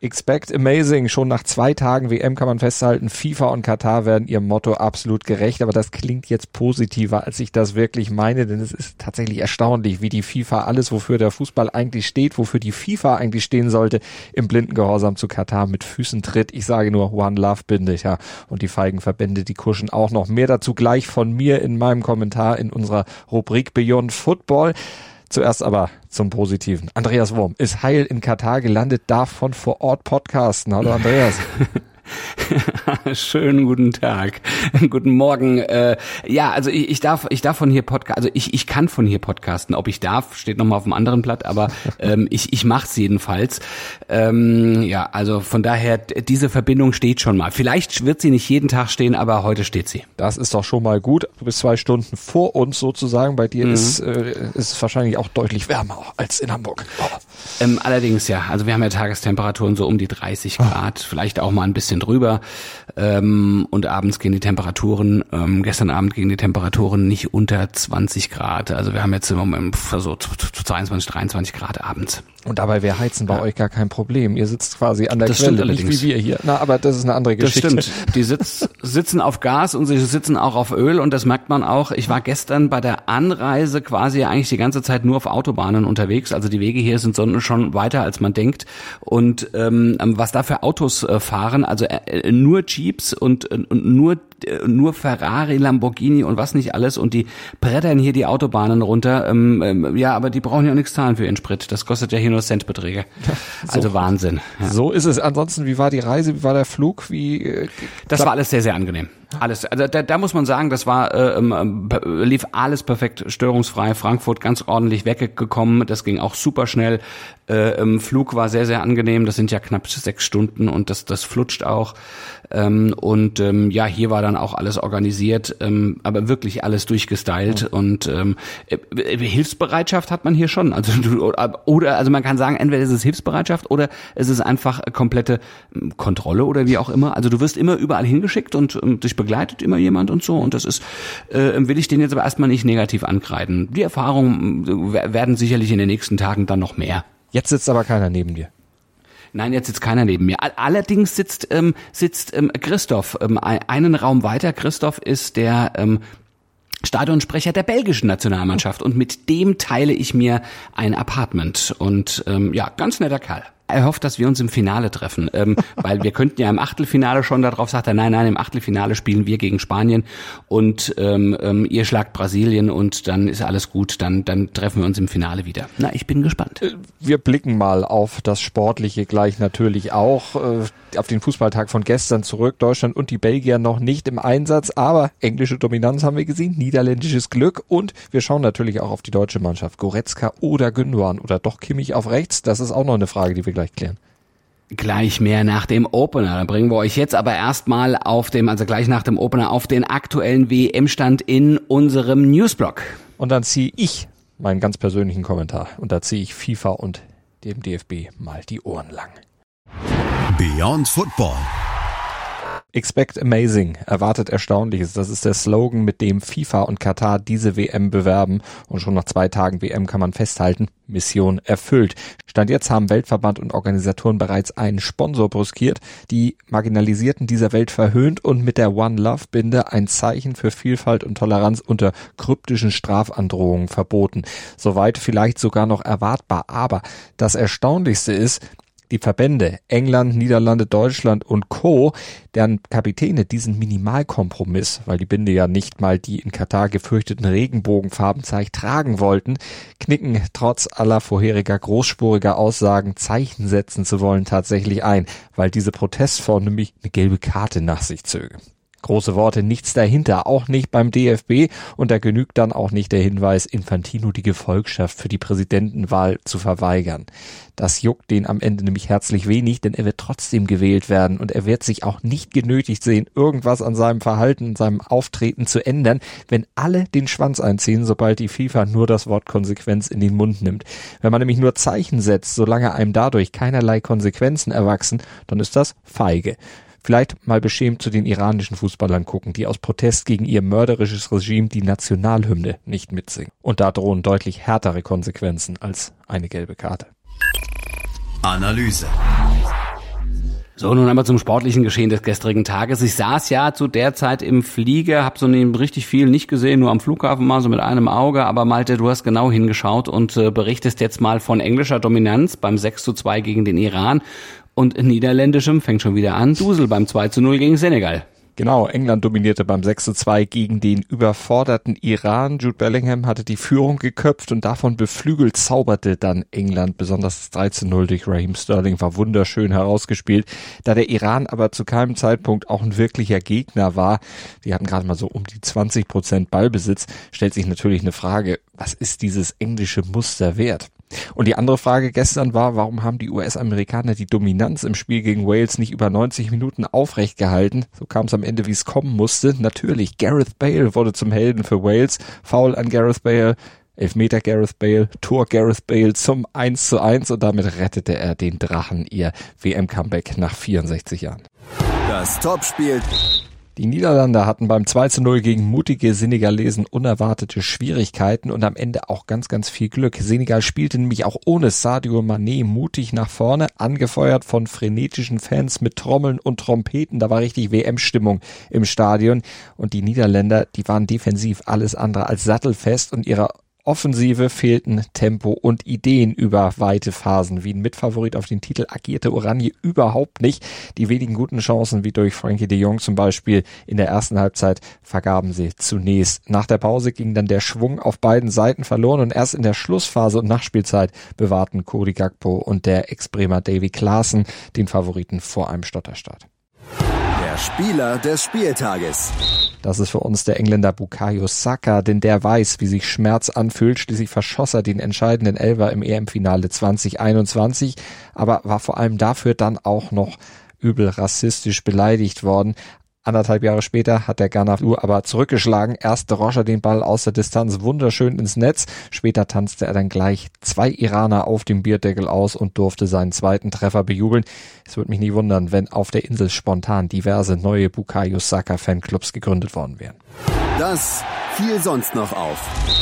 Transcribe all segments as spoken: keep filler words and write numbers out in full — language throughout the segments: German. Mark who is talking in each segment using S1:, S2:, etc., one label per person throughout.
S1: Expect amazing. Schon nach zwei Tagen W M kann man festhalten, FIFA und Katar werden ihrem Motto absolut gerecht. Aber das klingt jetzt positiver, als ich das wirklich meine, denn es ist tatsächlich erstaunlich, wie die FIFA alles, wofür der Fußball eigentlich steht, wofür die FIFA eigentlich stehen sollte, im blinden Gehorsam zu Katar mit Füßen tritt. Ich sage nur One Love Binde, ja. Und die feigen Verbände, die kuschen auch noch. Mehr dazu gleich von mir in meinem Kommentar in unserer Rubrik Beyond Football. Zuerst aber zum Positiven. Andreas Worm ist heil in Katar gelandet, darf von vor Ort podcasten. Hallo Andreas.
S2: Schönen guten Tag, guten Morgen. Äh, ja, also ich, ich darf, ich darf von hier podcasten. Also ich, ich kann von hier podcasten. Ob ich darf, steht nochmal auf dem anderen Blatt. Aber ähm, ich, ich mach's jedenfalls. Ähm, ja, also von daher diese Verbindung steht schon mal. Vielleicht wird sie nicht jeden Tag stehen, aber heute steht sie.
S1: Das ist doch schon mal gut. Du bist zwei Stunden vor uns sozusagen. Bei dir mhm. ist, äh, ist es wahrscheinlich auch deutlich wärmer als in Hamburg. Oh.
S2: Ähm, allerdings ja. Also wir haben ja Tagestemperaturen so um die dreißig Grad, oh. vielleicht auch mal ein bisschen drüber, ähm, und abends gehen die Temperaturen, ähm, gestern Abend gingen die Temperaturen nicht unter zwanzig Grad, also wir haben jetzt im Moment so zweiundzwanzig, dreiundzwanzig Grad abends.
S1: Und dabei wäre Heizen bei ja. euch gar kein Problem, ihr sitzt quasi an der
S2: das
S1: Quelle,
S2: stimmt
S1: nicht wie wir hier. Na, aber das ist eine andere Geschichte.
S2: Das stimmt, die sitz, sitzen auf Gas und sie sitzen auch auf Öl und das merkt man auch. Ich war gestern bei der Anreise quasi eigentlich die ganze Zeit nur auf Autobahnen unterwegs, also die Wege hier sind schon weiter als man denkt und ähm, was da für Autos äh, fahren, also äh, nur Jeeps und, und nur nur Ferrari, Lamborghini und was nicht alles und die brettern hier die Autobahnen runter. Ähm, ähm, ja, aber die brauchen ja nichts zahlen für ihren Sprit. Das kostet ja hier nur Centbeträge. Also so, Wahnsinn. Ja.
S1: So ist es. Ansonsten, wie war die Reise? Wie war der Flug? Wie? Äh,
S2: das war alles sehr, sehr angenehm. Alles, also da, da muss man sagen, das war äh, äh, lief alles perfekt, störungsfrei. Frankfurt ganz ordentlich weggekommen, das ging auch super schnell. Äh, ähm, Flug war sehr, sehr angenehm. Das sind ja knapp sechs Stunden und das das flutscht auch. Ähm, und ähm, ja, hier war dann auch alles organisiert, ähm, aber wirklich alles durchgestylt. Mhm. Und ähm, äh, Hilfsbereitschaft hat man hier schon. Also oder also man kann sagen, entweder ist es Hilfsbereitschaft oder es ist einfach komplette Kontrolle oder wie auch immer. Also du wirst immer überall hingeschickt und ähm, dich begleitet immer jemand und so und das ist, äh, will ich den jetzt aber erstmal nicht negativ ankreiden. Die Erfahrungen werden sicherlich in den nächsten Tagen dann noch mehr.
S1: Jetzt sitzt aber keiner neben dir.
S2: Nein, jetzt sitzt keiner neben mir. Allerdings sitzt ähm, sitzt ähm, Christoph ähm, einen Raum weiter. Christoph ist der ähm, Stadionsprecher der belgischen Nationalmannschaft und mit dem teile ich mir ein Apartment und ähm, ja, ganz netter Kerl. Er hofft, dass wir uns im Finale treffen, ähm, weil wir könnten ja im Achtelfinale schon, darauf sagt er, nein, nein, im Achtelfinale spielen wir gegen Spanien und ähm, ähm, ihr schlagt Brasilien und dann ist alles gut, dann dann treffen wir uns im Finale wieder. Na, ich bin gespannt.
S1: Wir blicken mal auf das Sportliche gleich natürlich auch, äh, auf den Fußballtag von gestern zurück. Deutschland und die Belgier noch nicht im Einsatz, aber englische Dominanz haben wir gesehen, niederländisches Glück und wir schauen natürlich auch auf die deutsche Mannschaft. Goretzka oder Gündogan oder doch Kimmich auf rechts, das ist auch noch eine Frage, die wir gleich klären.
S2: Gleich mehr nach dem Opener. Dann bringen wir euch jetzt aber erstmal auf dem, also gleich nach dem Opener, auf den aktuellen W M-Stand in unserem Newsblog.
S1: Und dann ziehe ich meinen ganz persönlichen Kommentar und da ziehe ich FIFA und dem D F B mal die Ohren lang.
S3: Beyond Football.
S1: Expect amazing, erwartet Erstaunliches. Das ist der Slogan, mit dem FIFA und Katar diese W M bewerben. Und schon nach zwei Tagen W M kann man festhalten, Mission erfüllt. Stand jetzt haben Weltverband und Organisatoren bereits einen Sponsor brüskiert, die Marginalisierten dieser Welt verhöhnt und mit der One Love Binde ein Zeichen für Vielfalt und Toleranz unter kryptischen Strafandrohungen verboten. Soweit vielleicht sogar noch erwartbar. Aber das Erstaunlichste ist, die Verbände England, Niederlande, Deutschland und Co., deren Kapitäne diesen Minimalkompromiss, weil die Binde ja nicht mal die in Katar gefürchteten Regenbogenfarben tragen wollten, knicken trotz aller vorheriger großspuriger Aussagen, Zeichen setzen zu wollen, tatsächlich ein, weil diese Protestform nämlich eine gelbe Karte nach sich zöge. Große Worte, nichts dahinter, auch nicht beim D F B und da genügt dann auch nicht der Hinweis, Infantino die Gefolgschaft für die Präsidentenwahl zu verweigern. Das juckt den am Ende nämlich herzlich wenig, denn er wird trotzdem gewählt werden und er wird sich auch nicht genötigt sehen, irgendwas an seinem Verhalten und seinem Auftreten zu ändern, wenn alle den Schwanz einziehen, sobald die FIFA nur das Wort Konsequenz in den Mund nimmt. Wenn man nämlich nur Zeichen setzt, solange einem dadurch keinerlei Konsequenzen erwachsen, dann ist das feige. Vielleicht mal beschämt zu den iranischen Fußballern gucken, die aus Protest gegen ihr mörderisches Regime die Nationalhymne nicht mitsingen. Und da drohen deutlich härtere Konsequenzen als eine gelbe Karte.
S3: Analyse.
S2: So, nun einmal zum sportlichen Geschehen des gestrigen Tages. Ich saß ja zu der Zeit im Flieger, habe so richtig viel nicht gesehen, nur am Flughafen mal so mit einem Auge. Aber Malte, du hast genau hingeschaut und äh, berichtest jetzt mal von englischer Dominanz beim sechs zu zwei gegen den Iran und niederländischem, fängt schon wieder an, Dusel beim zwei zu null gegen Senegal.
S1: Genau, England dominierte beim sechs zu zwei gegen den überforderten Iran. Jude Bellingham hatte die Führung geköpft und davon beflügelt zauberte dann England. Besonders das drei zu null durch Raheem Sterling war wunderschön herausgespielt. Da der Iran aber zu keinem Zeitpunkt auch ein wirklicher Gegner war, die hatten gerade mal so um die zwanzig Prozent Ballbesitz, stellt sich natürlich eine Frage, was ist dieses englische Muster wert? Und die andere Frage gestern war, warum haben die U S-Amerikaner die Dominanz im Spiel gegen Wales nicht über neunzig Minuten aufrecht gehalten? So kam es am Ende, wie es kommen musste. Natürlich, Gareth Bale wurde zum Helden für Wales. Foul an Gareth Bale, Elfmeter Gareth Bale, Tor Gareth Bale zum eins zu eins und damit rettete er den Drachen ihr W M-Comeback nach vierundsechzig Jahren.
S3: Das Topspiel.
S1: Die Niederländer hatten beim zwei zu null gegen mutige Senegalesen unerwartete Schwierigkeiten und am Ende auch ganz, ganz viel Glück. Senegal spielte nämlich auch ohne Sadio Mané mutig nach vorne, angefeuert von frenetischen Fans mit Trommeln und Trompeten. Da war richtig W M-Stimmung im Stadion und die Niederländer, die waren defensiv alles andere als sattelfest und ihrer Offensive fehlten Tempo und Ideen über weite Phasen. Wie ein Mitfavorit auf den Titel agierte Oranje überhaupt nicht. Die wenigen guten Chancen, wie durch Frankie de Jong zum Beispiel in der ersten Halbzeit, vergaben sie zunächst. Nach der Pause ging dann der Schwung auf beiden Seiten verloren und erst in der Schlussphase und Nachspielzeit bewahrten Cody Gakpo und der Ex-Bremer Davy Klaassen den Favoriten vor einem Stotterstart.
S3: Der Spieler des Spieltages.
S1: Das ist für uns der Engländer Bukayo Saka, denn der weiß, wie sich Schmerz anfühlt. Schließlich verschoss er den entscheidenden Elfer im E M-Finale zwanzig einundzwanzig, aber war vor allem dafür dann auch noch übel rassistisch beleidigt worden. Anderthalb Jahre später hat der Ghana aber zurückgeschlagen. Erst drosch er den Ball aus der Distanz wunderschön ins Netz. Später tanzte er dann gleich zwei Iraner auf dem Bierdeckel aus und durfte seinen zweiten Treffer bejubeln. Es würde mich nie wundern, wenn auf der Insel spontan diverse neue Bukayo Saka Fanclubs gegründet worden wären.
S3: Das fiel sonst noch auf.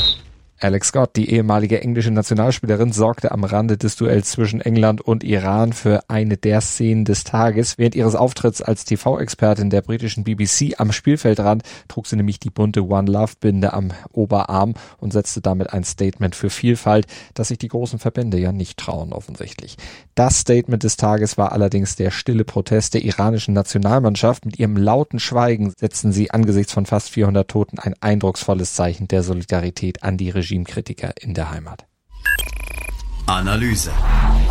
S1: Alex Scott, die ehemalige englische Nationalspielerin, sorgte am Rande des Duells zwischen England und Iran für eine der Szenen des Tages. Während ihres Auftritts als T V-Expertin der britischen B B C am Spielfeldrand trug sie nämlich die bunte One Love-Binde am Oberarm und setzte damit ein Statement für Vielfalt, das sich die großen Verbände ja nicht trauen offensichtlich. Das Statement des Tages war allerdings der stille Protest der iranischen Nationalmannschaft. Mit ihrem lauten Schweigen setzten sie angesichts von fast vierhundert Toten ein eindrucksvolles Zeichen der Solidarität an die Regierung. Regimekritiker in der Heimat.
S3: Analyse.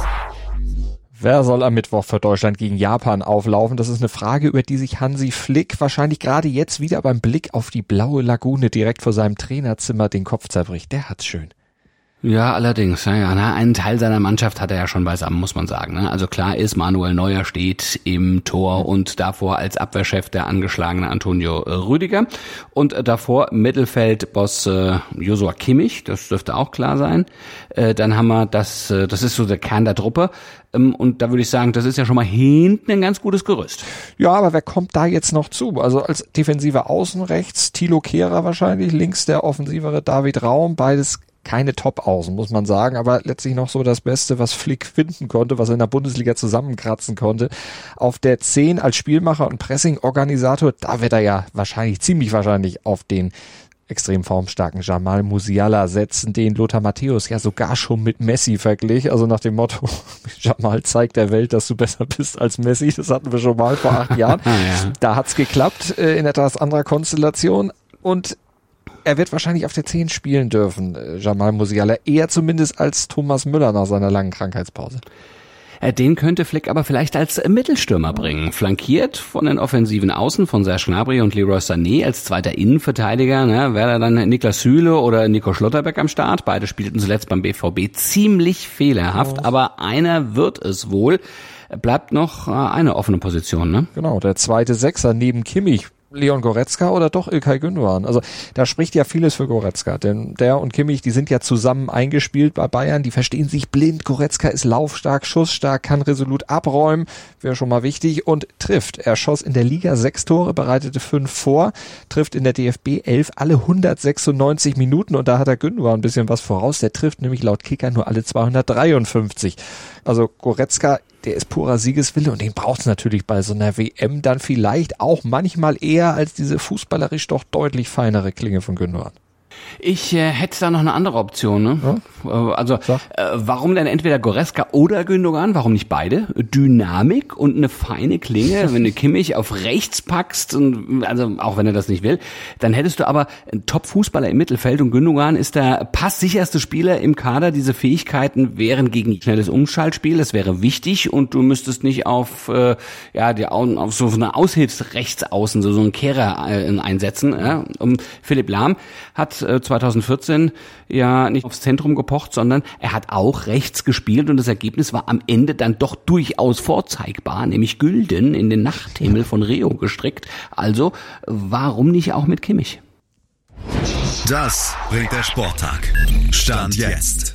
S1: Wer soll am Mittwoch für Deutschland gegen Japan auflaufen? Das ist eine Frage, über die sich Hansi Flick wahrscheinlich gerade jetzt wieder beim Blick auf die blaue Lagune direkt vor seinem Trainerzimmer den Kopf zerbricht. Der hat's schön.
S2: Ja, allerdings. Ja, ja, na, einen Teil seiner Mannschaft hat er ja schon beisammen, muss man sagen. Ne? Also klar ist, Manuel Neuer steht im Tor und davor als Abwehrchef der angeschlagene Antonio Rüdiger. Und äh, davor Mittelfeldboss äh, Joshua Kimmich, das dürfte auch klar sein. Äh, dann haben wir das, äh, das ist so der Kern der Truppe. Ähm, und da würde ich sagen, das ist ja schon mal hinten ein ganz gutes Gerüst.
S1: Ja, aber wer kommt da jetzt noch zu? Also als defensiver Außen rechts Thilo Kehrer wahrscheinlich, links der offensivere David Raum, beides keine Top-Außen, muss man sagen, aber letztlich noch so das Beste, was Flick finden konnte, was er in der Bundesliga zusammenkratzen konnte. Auf der zehn als Spielmacher und Pressing-Organisator, da wird er ja wahrscheinlich, ziemlich wahrscheinlich auf den extrem formstarken Jamal Musiala setzen, den Lothar Matthäus ja sogar schon mit Messi verglich, also nach dem Motto, Jamal zeigt der Welt, dass du besser bist als Messi, das hatten wir schon mal vor acht Jahren.
S2: Ja.
S1: Da hat's geklappt, äh, in etwas anderer Konstellation und er wird wahrscheinlich auf der zehn spielen dürfen, Jamal Musiala, eher zumindest als Thomas Müller nach seiner langen Krankheitspause.
S2: Den könnte Flick aber vielleicht als Mittelstürmer bringen. Flankiert von den offensiven Außen von Serge Gnabry und Leroy Sané als zweiter Innenverteidiger. Ne, wäre da dann Niklas Süle oder Nico Schlotterbeck am Start. Beide spielten zuletzt beim B V B ziemlich fehlerhaft, oh. aber einer wird es wohl. Bleibt noch eine offene Position, ne?
S1: Genau, der zweite Sechser neben Kimmich. Leon Goretzka oder doch İlkay Gündoğan? Also da spricht ja vieles für Goretzka, denn der und Kimmich, die sind ja zusammen eingespielt bei Bayern, die verstehen sich blind. Goretzka ist laufstark, schussstark, kann resolut abräumen, wäre schon mal wichtig und trifft. Er schoss in der Liga sechs Tore, bereitete fünf vor, trifft in der D F B elf alle hundertsechsundneunzig Minuten und da hat der Gündoğan ein bisschen was voraus. Der trifft nämlich laut Kicker nur alle zweihundertdreiundfünfzig. Also Goretzka, der ist purer Siegeswille und den braucht es natürlich bei so einer W M dann vielleicht auch manchmal eher als diese fußballerisch doch deutlich feinere Klinge von Gündogan.
S2: Ich äh, hätte da noch eine andere Option. Ne? Ja. Also äh, warum denn entweder Goretzka oder Gündogan? Warum nicht beide? Dynamik und eine feine Klinge. Wenn du Kimmich auf rechts packst, und, also auch wenn er das nicht will, dann hättest du aber einen Top-Fußballer im Mittelfeld und Gündogan ist der passsicherste Spieler im Kader. Diese Fähigkeiten wären gegen schnelles Umschaltspiel, das wäre wichtig und du müsstest nicht auf äh, ja die auf so eine Aushilfsrechtsaußen, so so einen Kehrer äh, einsetzen. Ja? Und Philipp Lahm hat äh, zwanzig vierzehn ja nicht aufs Zentrum gepocht, sondern er hat auch rechts gespielt und das Ergebnis war am Ende dann doch durchaus vorzeigbar, nämlich Gülden in den Nachthimmel von Rio gestrickt. Also warum nicht auch mit Kimmich?
S3: Das bringt der Sporttag. Stand jetzt.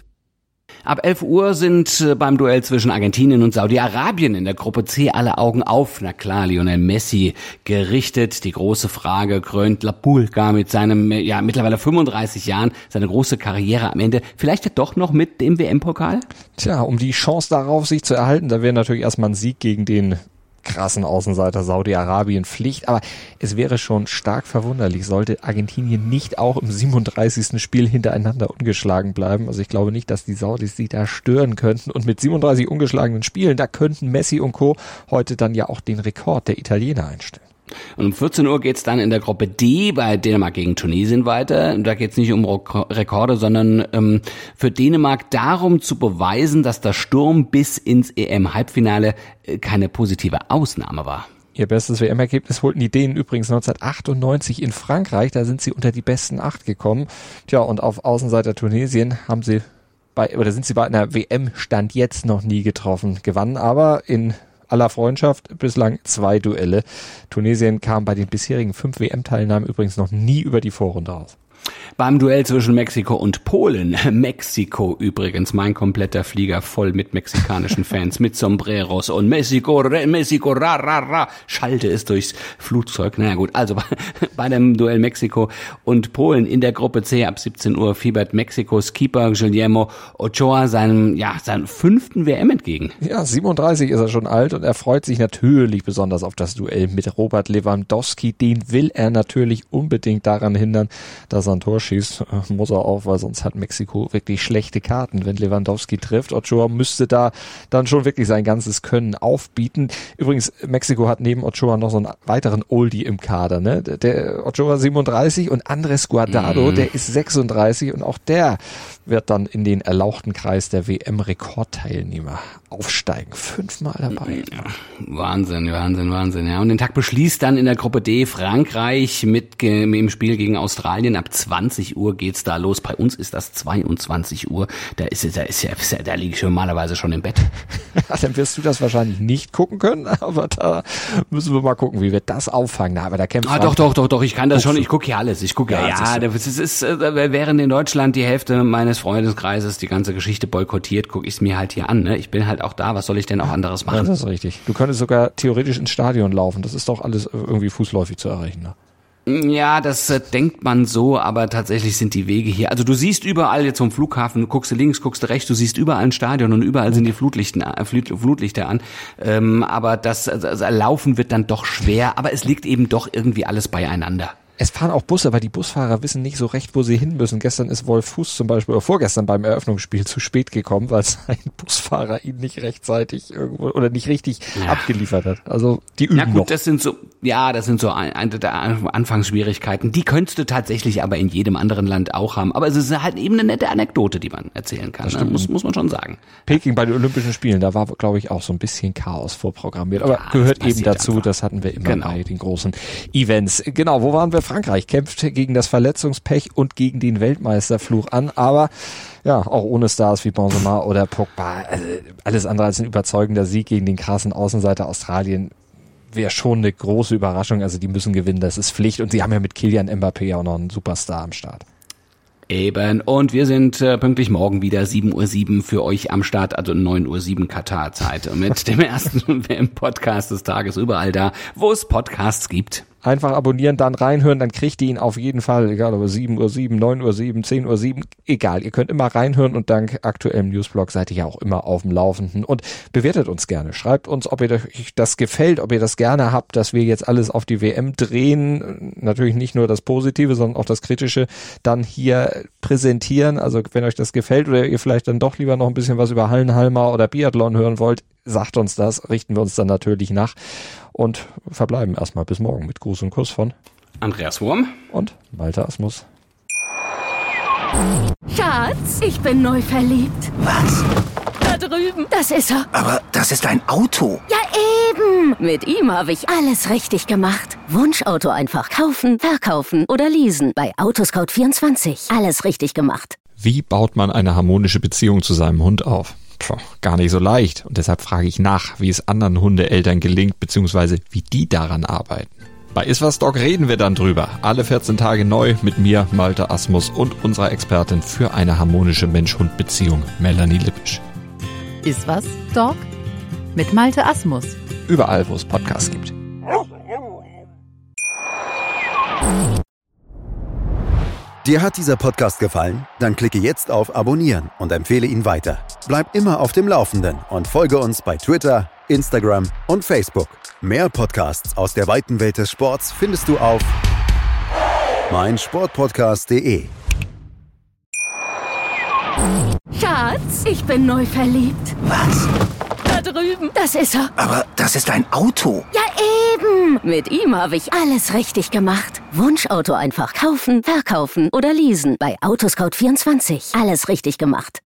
S2: Ab elf Uhr sind beim Duell zwischen Argentinien und Saudi-Arabien in der Gruppe C alle Augen auf, na klar, Lionel Messi gerichtet. Die große Frage krönt La Pulga mit seinem, ja, mittlerweile fünfunddreißig Jahren, seine große Karriere am Ende. Vielleicht ja doch noch mit dem W M-Pokal?
S1: Tja, um die Chance darauf, sich zu erhalten, da wäre natürlich erstmal ein Sieg gegen den krassen Außenseiter Saudi-Arabien Pflicht, aber es wäre schon stark verwunderlich, sollte Argentinien nicht auch im siebenunddreißigsten Spiel hintereinander ungeschlagen bleiben. Also ich glaube nicht, dass die Saudis sie da stören könnten und mit siebenunddreißig ungeschlagenen Spielen, da könnten Messi und Co. heute dann ja auch den Rekord der Italiener einstellen.
S2: Und um vierzehn Uhr geht's dann in der Gruppe D bei Dänemark gegen Tunesien weiter. Da geht's nicht um Rekorde, sondern ähm, für Dänemark darum zu beweisen, dass der Sturm bis ins E M-Halbfinale äh, keine positive Ausnahme war.
S1: Ihr bestes W M-Ergebnis holten die Dänen übrigens neunzehnhundertachtundneunzig in Frankreich. Da sind sie unter die besten acht gekommen. Tja, und auf Außenseiter Tunesien haben sie bei, oder sind sie bei einer W M-Stand jetzt noch nie getroffen. Gewannen aber in aller Freundschaft bislang zwei Duelle. Tunesien kam bei den bisherigen fünf W M-Teilnahmen übrigens noch nie über die Vorrunde raus.
S2: Beim Duell zwischen Mexiko und Polen, Mexiko übrigens, mein kompletter Flieger voll mit mexikanischen Fans, mit Sombreros und Mexiko, Mexiko, ra, ra, ra, schalte es durchs Flugzeug. Naja gut, also bei, bei dem Duell Mexiko und Polen in der Gruppe C ab siebzehn Uhr fiebert Mexikos Keeper Guillermo Ochoa seinem, ja, seinem fünften W M entgegen.
S1: Ja, siebenunddreißig ist er schon alt und er freut sich natürlich besonders auf das Duell mit Robert Lewandowski. Den will er natürlich unbedingt daran hindern, dass er ein Tor schießt, muss er auch, weil sonst hat Mexiko wirklich schlechte Karten, wenn Lewandowski trifft. Ochoa müsste da dann schon wirklich sein ganzes Können aufbieten. Übrigens, Mexiko hat neben Ochoa noch so einen weiteren Oldie im Kader, ne? Der Ochoa siebenunddreißig und Andres Guardado, mm. der ist sechsunddreißig und auch der wird dann in den erlauchten Kreis der W M-Rekordteilnehmer aufsteigen. Fünfmal dabei.
S2: Ja, Wahnsinn, Wahnsinn, Wahnsinn. Ja, und den Tag beschließt dann in der Gruppe D Frankreich mit, mit dem Spiel gegen Australien. Ab zwanzig Uhr geht's da los. Bei uns ist das zweiundzwanzig Uhr. Da ist da ist ja, da liege ich normalerweise schon im Bett.
S1: Dann wirst du das wahrscheinlich nicht gucken können, aber da müssen wir mal gucken, wie wir das auffangen. Aber da kämpft
S2: Ah, doch, doch, doch, doch. Ich kann das schon. Ich gucke ja alles. Ich gucke ja,
S1: ja,
S2: ja. Das ist, ist, während in Deutschland die Hälfte meines Freundeskreises die ganze Geschichte boykottiert, gucke ich es mir halt hier an. Ne? Ich bin halt auch da. Was soll ich denn auch anderes machen?
S1: Ja, das ist richtig. Du könntest sogar theoretisch ins Stadion laufen. Das ist doch alles irgendwie fußläufig zu erreichen. Ne?
S2: Ja, das äh, denkt man so, aber tatsächlich sind die Wege hier. Also du siehst überall jetzt vom Flughafen, du guckst du links, guckst du rechts, du siehst überall ein Stadion und überall sind die Flutlichter, äh, Flutlichter an. Ähm, aber das also, also Laufen wird dann doch schwer, aber es liegt eben doch irgendwie alles beieinander.
S1: Es fahren auch Busse, aber die Busfahrer wissen nicht so recht, wo sie hin müssen. Gestern ist Wolf Fuß zum Beispiel, oder vorgestern beim Eröffnungsspiel zu spät gekommen, weil sein Busfahrer ihn nicht rechtzeitig irgendwo oder nicht richtig ja. abgeliefert hat. Also die üben
S2: Ja gut,
S1: noch.
S2: das sind so, ja, das sind so eine der Anfangsschwierigkeiten. Die könntest du tatsächlich aber in jedem anderen Land auch haben. Aber es ist halt eben eine nette Anekdote, die man erzählen kann. Ne? Muss, muss man schon sagen.
S1: Peking bei den Olympischen Spielen, da war, glaube ich, auch so ein bisschen Chaos vorprogrammiert. Aber ja, gehört eben dazu, einfach. Das hatten wir immer genau. bei den großen Events. Genau, wo waren wir? Frankreich kämpft gegen das Verletzungspech und gegen den Weltmeisterfluch an, aber ja, auch ohne Stars wie Benzema oder Pogba, also alles andere als ein überzeugender Sieg gegen den krassen Außenseiter Australien wäre schon eine große Überraschung, also die müssen gewinnen, das ist Pflicht und sie haben ja mit Kylian Mbappé auch noch einen Superstar am Start.
S2: Eben, und wir sind äh, pünktlich morgen wieder sieben Uhr sieben für euch am Start, also neun Uhr sieben Katar-Zeit mit dem ersten W M-Podcast des Tages überall da, wo es Podcasts gibt.
S1: Einfach abonnieren, dann reinhören, dann kriegt ihr ihn auf jeden Fall, egal ob sieben Uhr sieben, neun Uhr sieben, zehn Uhr sieben, egal. Ihr könnt immer reinhören und dank aktuellem Newsblog seid ihr ja auch immer auf dem Laufenden. Und bewertet uns gerne. Schreibt uns, ob ihr euch das gefällt, ob ihr das gerne habt, dass wir jetzt alles auf die W M drehen. Natürlich nicht nur das Positive, sondern auch das Kritische dann hier präsentieren. Also wenn euch das gefällt oder ihr vielleicht dann doch lieber noch ein bisschen was über Hallenhalmer oder Biathlon hören wollt, sagt uns das, richten wir uns dann natürlich nach und verbleiben erstmal bis morgen mit Gruß und Kuss von
S2: Andreas Wurm
S1: und Malte Asmus.
S4: Schatz, ich bin neu verliebt.
S5: Was?
S4: Da drüben. Das ist er.
S5: Aber das ist ein Auto.
S4: Ja, eben. Mit ihm habe ich alles richtig gemacht. Wunschauto einfach kaufen, verkaufen oder leasen. Bei Autoscout vierundzwanzig. Alles richtig gemacht.
S1: Wie baut man eine harmonische Beziehung zu seinem Hund auf? Puh, gar nicht so leicht. Und deshalb frage ich nach, wie es anderen Hundeeltern gelingt, beziehungsweise wie die daran arbeiten. Bei Iswas Dog reden wir dann drüber. Alle vierzehn Tage neu mit mir, Malte Asmus und unserer Expertin für eine harmonische Mensch-Hund-Beziehung, Melanie Lippisch.
S6: Iswas Dog mit Malte Asmus.
S1: Überall, wo es Podcasts gibt.
S3: Dir hat dieser Podcast gefallen? Dann klicke jetzt auf Abonnieren und empfehle ihn weiter. Bleib immer auf dem Laufenden und folge uns bei Twitter, Instagram und Facebook. Mehr Podcasts aus der weiten Welt des Sports findest du auf meinsportpodcast punkt de.
S4: Schatz, ich bin neu verliebt.
S5: Was?
S4: Da drüben. Das ist er.
S5: Aber das ist ein Auto.
S4: Ja, eben. Mit ihm habe ich alles richtig gemacht. Wunschauto einfach kaufen, verkaufen oder leasen. Bei Autoscout vierundzwanzig. Alles richtig gemacht.